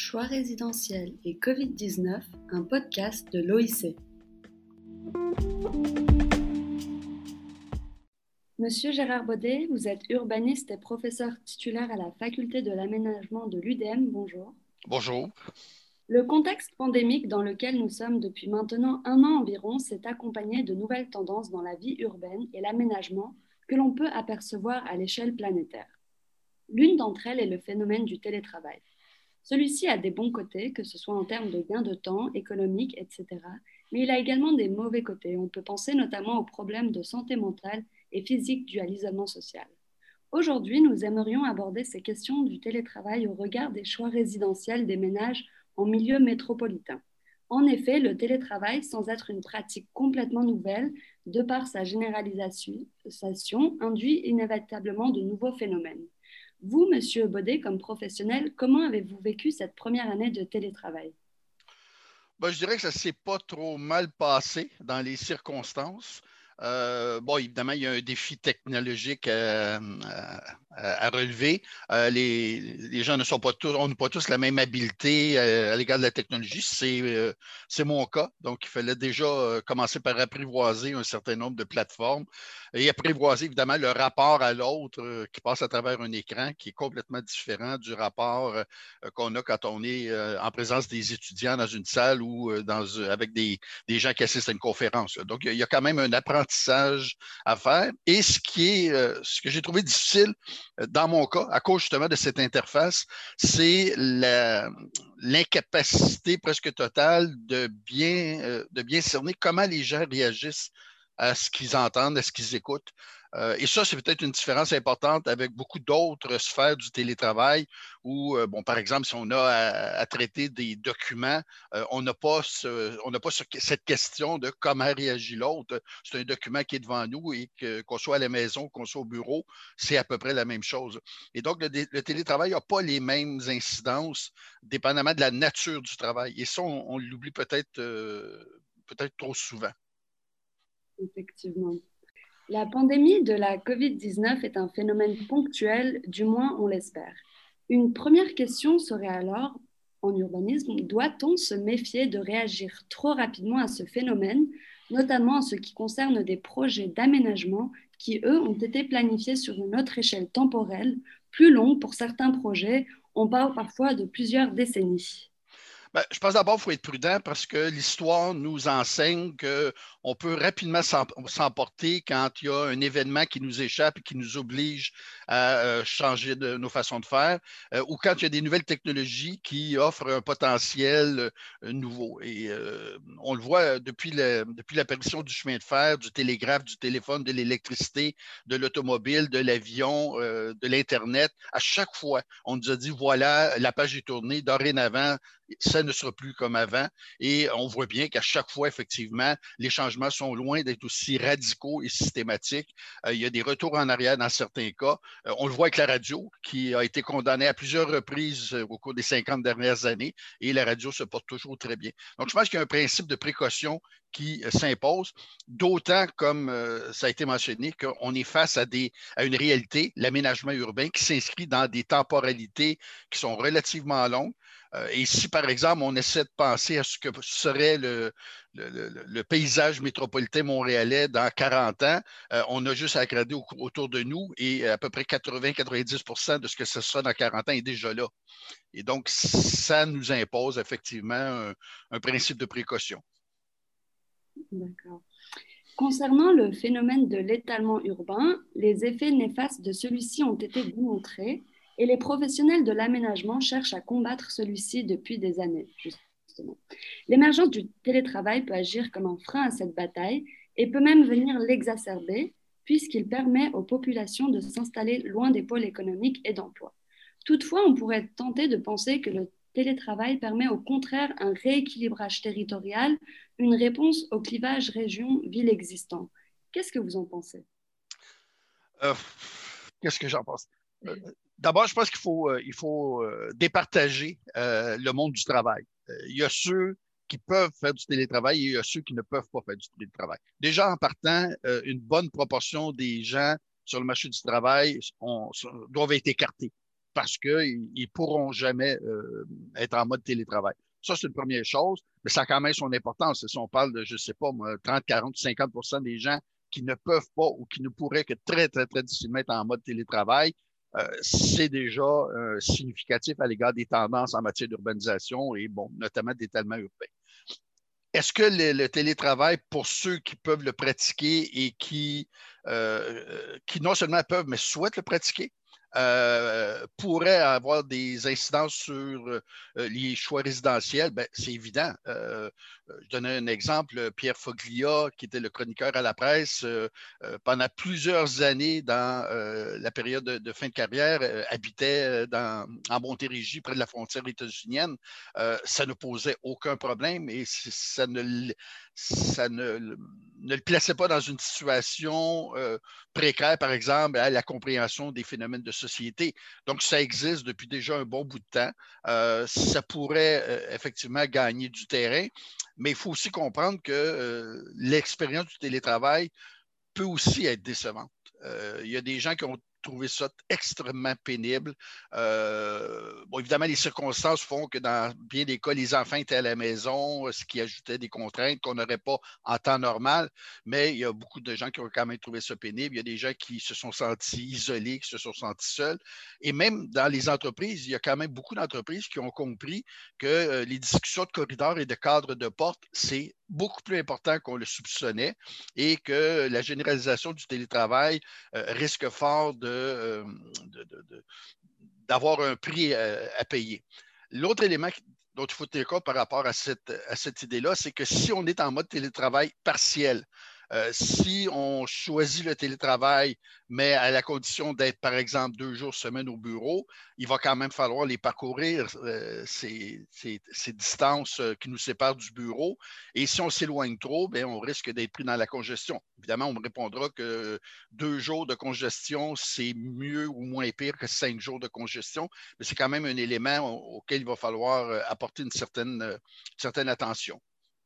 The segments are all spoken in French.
Choix résidentiel et Covid-19, un podcast de l'OIC. Monsieur Gérard Baudet, vous êtes urbaniste et professeur titulaire à la faculté de l'aménagement de l'UDEM. Bonjour. Bonjour. Le contexte pandémique dans lequel nous sommes depuis maintenant un an environ s'est accompagné de nouvelles tendances dans la vie urbaine et l'aménagement que l'on peut apercevoir à l'échelle planétaire. L'une d'entre elles est le phénomène du télétravail. Celui-ci a des bons côtés, que ce soit en termes de gain de temps, économique, etc. Mais il a également des mauvais côtés. On peut penser notamment aux problèmes de santé mentale et physique dus à l'isolement social. Aujourd'hui, nous aimerions aborder ces questions du télétravail au regard des choix résidentiels des ménages en milieu métropolitain. En effet, le télétravail, sans être une pratique complètement nouvelle, de par sa généralisation, induit inévitablement de nouveaux phénomènes. Vous, Monsieur Baudet, comme professionnel, comment avez-vous vécu cette première année de télétravail? Je dirais que ça ne s'est pas trop mal passé dans les circonstances. Évidemment, il y a un défi technologique à relever. Les gens n'ont pas tous la même habileté à l'égard de la technologie. C'est mon cas. Donc, il fallait déjà commencer par apprivoiser un certain nombre de plateformes et apprivoiser évidemment le rapport à l'autre qui passe à travers un écran qui est complètement différent du rapport qu'on a quand on est en présence des étudiants dans une salle ou avec des gens qui assistent à une conférence. Donc, il y a quand même un apprentissage à faire. Et ce que j'ai trouvé difficile dans mon cas, à cause justement de cette interface, c'est l'incapacité presque totale de bien cerner comment les gens réagissent à ce qu'ils entendent, à ce qu'ils écoutent. Et ça, c'est peut-être une différence importante avec beaucoup d'autres sphères du télétravail où, par exemple, si on a à traiter des documents, on n'a pas cette question de comment réagit l'autre. C'est un document qui est devant nous et qu'on soit à la maison, qu'on soit au bureau, c'est à peu près la même chose. Et donc, le télétravail n'a pas les mêmes incidences, dépendamment de la nature du travail. Et ça, on l'oublie peut-être trop souvent. Effectivement. La pandémie de la Covid-19 est un phénomène ponctuel, du moins on l'espère. Une première question serait alors, en urbanisme, doit-on se méfier de réagir trop rapidement à ce phénomène, notamment en ce qui concerne des projets d'aménagement qui, eux, ont été planifiés sur une autre échelle temporelle, plus longue pour certains projets, on parle parfois de plusieurs décennies. Je pense d'abord qu'il faut être prudent parce que l'histoire nous enseigne qu'on peut rapidement s'emporter quand il y a un événement qui nous échappe et qui nous oblige à changer de nos façons de faire ou quand il y a des nouvelles technologies qui offrent un potentiel nouveau. Et on le voit depuis l'apparition du chemin de fer, du télégraphe, du téléphone, de l'électricité, de l'automobile, de l'avion, de l'Internet. À chaque fois, on nous a dit, voilà, la page est tournée, dorénavant, ça ne sera plus comme avant. Et on voit bien qu'à chaque fois, effectivement, les changements sont loin d'être aussi radicaux et systématiques. Il y a des retours en arrière dans certains cas. On le voit avec la radio, qui a été condamnée à plusieurs reprises au cours des 50 dernières années, et la radio se porte toujours très bien. Donc, je pense qu'il y a un principe de précaution qui s'impose, d'autant, comme ça a été mentionné, qu'on est face à une réalité, l'aménagement urbain, qui s'inscrit dans des temporalités qui sont relativement longues. Et si, par exemple, on essaie de penser à ce que serait le paysage métropolitain montréalais dans 40 ans, on a juste à regarder autour de nous et à peu près 80-90% de ce que ce sera dans 40 ans est déjà là. Et donc, ça nous impose effectivement un principe de précaution. D'accord. Concernant le phénomène de l'étalement urbain, les effets néfastes de celui-ci ont été démontrés et les professionnels de l'aménagement cherchent à combattre celui-ci depuis des années, justement. L'émergence du télétravail peut agir comme un frein à cette bataille et peut même venir l'exacerber puisqu'il permet aux populations de s'installer loin des pôles économiques et d'emploi. Toutefois, on pourrait tenter de penser que le télétravail permet au contraire un rééquilibrage territorial, une réponse au clivage région-ville existant. Qu'est-ce que vous en pensez? Qu'est-ce que j'en pense? D'abord, je pense qu'il faut départager le monde du travail. Il y a ceux qui peuvent faire du télétravail et il y a ceux qui ne peuvent pas faire du télétravail. Déjà, en partant, une bonne proportion des gens sur le marché du travail doivent être écartés parce qu'ils ne pourront jamais être en mode télétravail. Ça, c'est une première chose, mais ça a quand même son importance. Si on parle de, je ne sais pas, 30, 40, 50 des gens qui ne peuvent pas ou qui ne pourraient que très, très, très difficilement être en mode télétravail, c'est déjà significatif à l'égard des tendances en matière d'urbanisation et, bon, notamment d'étalement urbain. Est-ce que le télétravail, pour ceux qui peuvent le pratiquer et qui non seulement peuvent, mais souhaitent le pratiquer, pourrait avoir des incidences sur les choix résidentiels? Ben, c'est évident. Je donne un exemple. Pierre Foglia, qui était le chroniqueur à la presse, pendant plusieurs années dans la période de fin de carrière, habitait en Montérégie, près de la frontière états-unienne. Ça ne posait aucun problème et ça ne le plaçait pas dans une situation précaire, par exemple, à la compréhension des phénomènes de société. Donc, ça existe depuis déjà un bon bout de temps. Ça pourrait effectivement gagner du terrain, mais il faut aussi comprendre que l'expérience du télétravail peut aussi être décevante. Il y a des gens qui ont trouvé ça extrêmement pénible. Bon, évidemment, les circonstances font que dans bien des cas, les enfants étaient à la maison, ce qui ajoutait des contraintes qu'on n'aurait pas en temps normal, mais il y a beaucoup de gens qui ont quand même trouvé ça pénible. Il y a des gens qui se sont sentis isolés, qui se sont sentis seuls. Et même dans les entreprises, il y a quand même beaucoup d'entreprises qui ont compris que les discussions de corridors et de cadres de porte, c'est beaucoup plus important qu'on le soupçonnait et que la généralisation du télétravail risque fort d'avoir un prix à payer. L'autre élément dont il faut tenir compte par rapport à cette idée-là, c'est que si on est en mode télétravail partiel, si on choisit le télétravail, mais à la condition d'être, par exemple, 2 jours semaine au bureau, il va quand même falloir les parcourir, ces distances qui nous séparent du bureau. Et si on s'éloigne trop, bien, on risque d'être pris dans la congestion. Évidemment, on me répondra que 2 jours de congestion, c'est mieux ou moins pire que 5 jours de congestion, mais c'est quand même un élément auquel il va falloir apporter une certaine attention.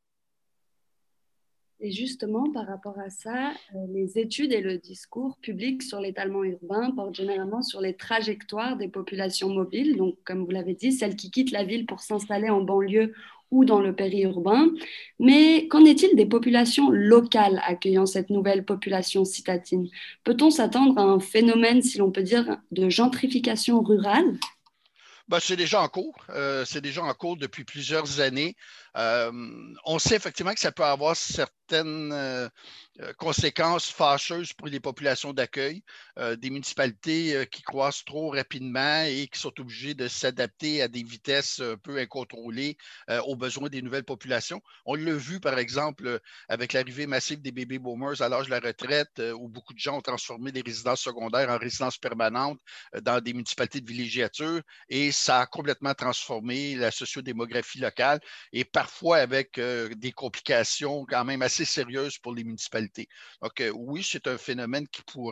Et justement, par rapport à ça, les études et le discours public sur l'étalement urbain portent généralement sur les trajectoires des populations mobiles, donc comme vous l'avez dit, celles qui quittent la ville pour s'installer en banlieue ou dans le périurbain. Mais qu'en est-il des populations locales accueillant cette nouvelle population citadine? Peut-on s'attendre à un phénomène, si l'on peut dire, de gentrification rurale? Ben, c'est déjà en cours. C'est déjà en cours depuis plusieurs années. On sait effectivement que ça peut avoir certaines conséquences fâcheuses pour les populations d'accueil, des municipalités qui croissent trop rapidement et qui sont obligées de s'adapter à des vitesses un peu incontrôlées aux besoins des nouvelles populations. On l'a vu, par exemple, avec l'arrivée massive des baby boomers à l'âge de la retraite, où beaucoup de gens ont transformé les résidences secondaires en résidences permanentes dans des municipalités de villégiature et ça a complètement transformé la sociodémographie locale et parfois avec des complications quand même assez sérieuses pour les municipalités. Donc, oui, c'est un phénomène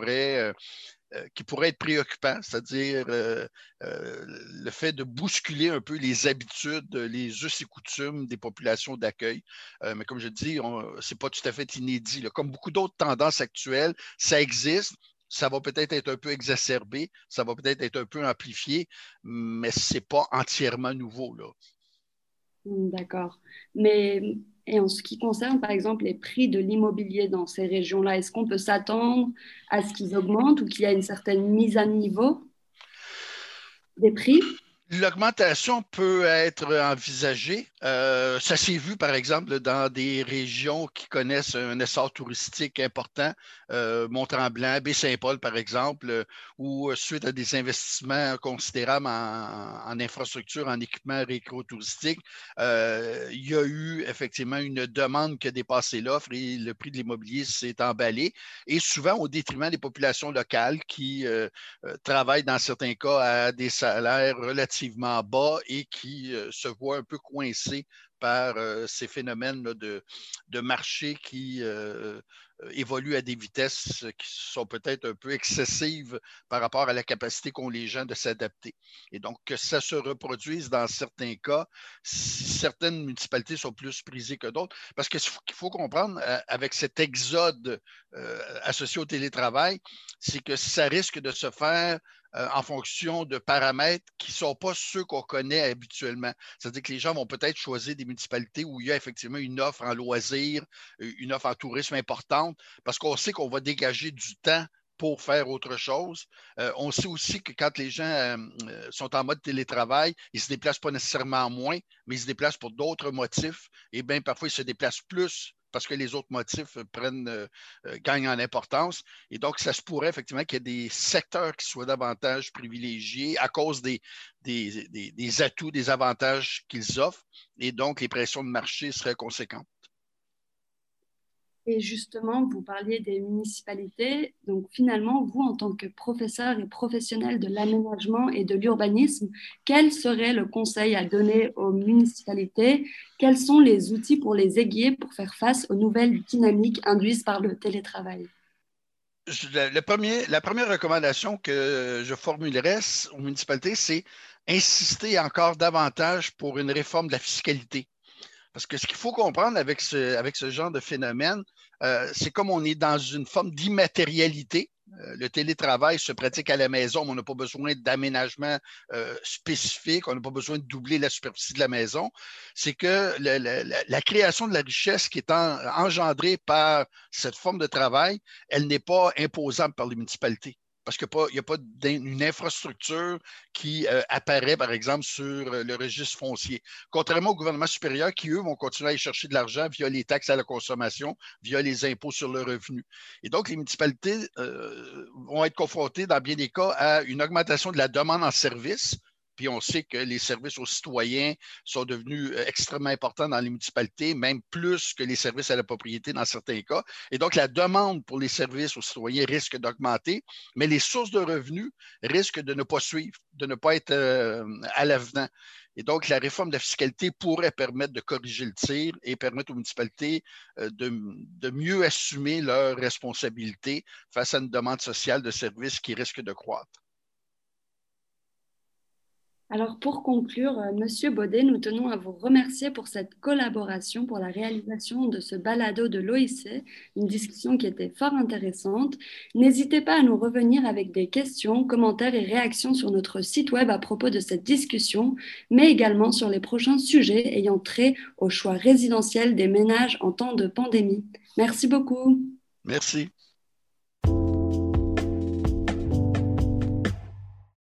qui pourrait être préoccupant, c'est-à-dire le fait de bousculer un peu les habitudes, les us et coutumes des populations d'accueil. Mais comme je dis, ce n'est pas tout à fait inédit. Là. Comme beaucoup d'autres tendances actuelles, ça existe. Ça va peut-être être un peu exacerbé, ça va peut-être être un peu amplifié, mais ce n'est pas entièrement nouveau. Là. D'accord. Mais et en ce qui concerne, par exemple, les prix de l'immobilier dans ces régions-là, est-ce qu'on peut s'attendre à ce qu'ils augmentent ou qu'il y a une certaine mise à niveau des prix? L'augmentation peut être envisagée. Ça s'est vu, par exemple, dans des régions qui connaissent un essor touristique important, Mont-Tremblant, Baie-Saint-Paul, par exemple, où suite à des investissements considérables en infrastructure, en équipement récréotouristique, il y a eu effectivement une demande qui a dépassé l'offre et le prix de l'immobilier s'est emballé, et souvent au détriment des populations locales qui travaillent dans certains cas à des salaires relativement bas et qui se voient un peu coincés par ces phénomènes là, de marché qui évoluent à des vitesses qui sont peut-être un peu excessives par rapport à la capacité qu'ont les gens de s'adapter. Et donc, que ça se reproduise dans certains cas, si certaines municipalités sont plus prisées que d'autres, parce que ce qu'il faut comprendre avec cet exode associé au télétravail, c'est que ça risque de se faire en fonction de paramètres qui ne sont pas ceux qu'on connaît habituellement. C'est-à-dire que les gens vont peut-être choisir des municipalités où il y a effectivement une offre en loisirs, une offre en tourisme importante, parce qu'on sait qu'on va dégager du temps pour faire autre chose. On sait aussi que quand les gens sont en mode télétravail, ils ne se déplacent pas nécessairement moins, mais ils se déplacent pour d'autres motifs. Et bien, parfois, ils se déplacent plus parce que les autres motifs gagnent en importance. Et donc, ça se pourrait effectivement qu'il y ait des secteurs qui soient davantage privilégiés à cause des atouts, des avantages qu'ils offrent. Et donc, les pressions de marché seraient conséquentes. Et justement, vous parliez des municipalités. Donc finalement, vous, en tant que professeur et professionnel de l'aménagement et de l'urbanisme, quel serait le conseil à donner aux municipalités? Quels sont les outils pour les aiguiller pour faire face aux nouvelles dynamiques induites par le télétravail? La première recommandation que je formulerais aux municipalités, c'est insister encore davantage pour une réforme de la fiscalité. Parce que ce qu'il faut comprendre avec ce genre de phénomène, c'est comme on est dans une forme d'immatérialité. Le télétravail se pratique à la maison, mais on n'a pas besoin d'aménagement spécifique, on n'a pas besoin de doubler la superficie de la maison. C'est que la création de la richesse qui est engendrée par cette forme de travail, elle n'est pas imposable par les municipalités parce qu'il n'y a pas une infrastructure qui apparaît, par exemple, sur le registre foncier. Contrairement au gouvernement supérieur qui, eux, vont continuer à aller chercher de l'argent via les taxes à la consommation, via les impôts sur le revenu. Et donc, les municipalités vont être confrontées, dans bien des cas, à une augmentation de la demande en services. Puis on sait que les services aux citoyens sont devenus extrêmement importants dans les municipalités, même plus que les services à la propriété dans certains cas. Et donc, la demande pour les services aux citoyens risque d'augmenter, mais les sources de revenus risquent de ne pas suivre, de ne pas être à l'avenant. Et donc, la réforme de la fiscalité pourrait permettre de corriger le tir et permettre aux municipalités de mieux assumer leurs responsabilités face à une demande sociale de services qui risque de croître. Alors pour conclure, Monsieur Baudet, nous tenons à vous remercier pour cette collaboration, pour la réalisation de ce balado de l'OIC, une discussion qui était fort intéressante. N'hésitez pas à nous revenir avec des questions, commentaires et réactions sur notre site web à propos de cette discussion, mais également sur les prochains sujets ayant trait au choix résidentiel des ménages en temps de pandémie. Merci beaucoup. Merci.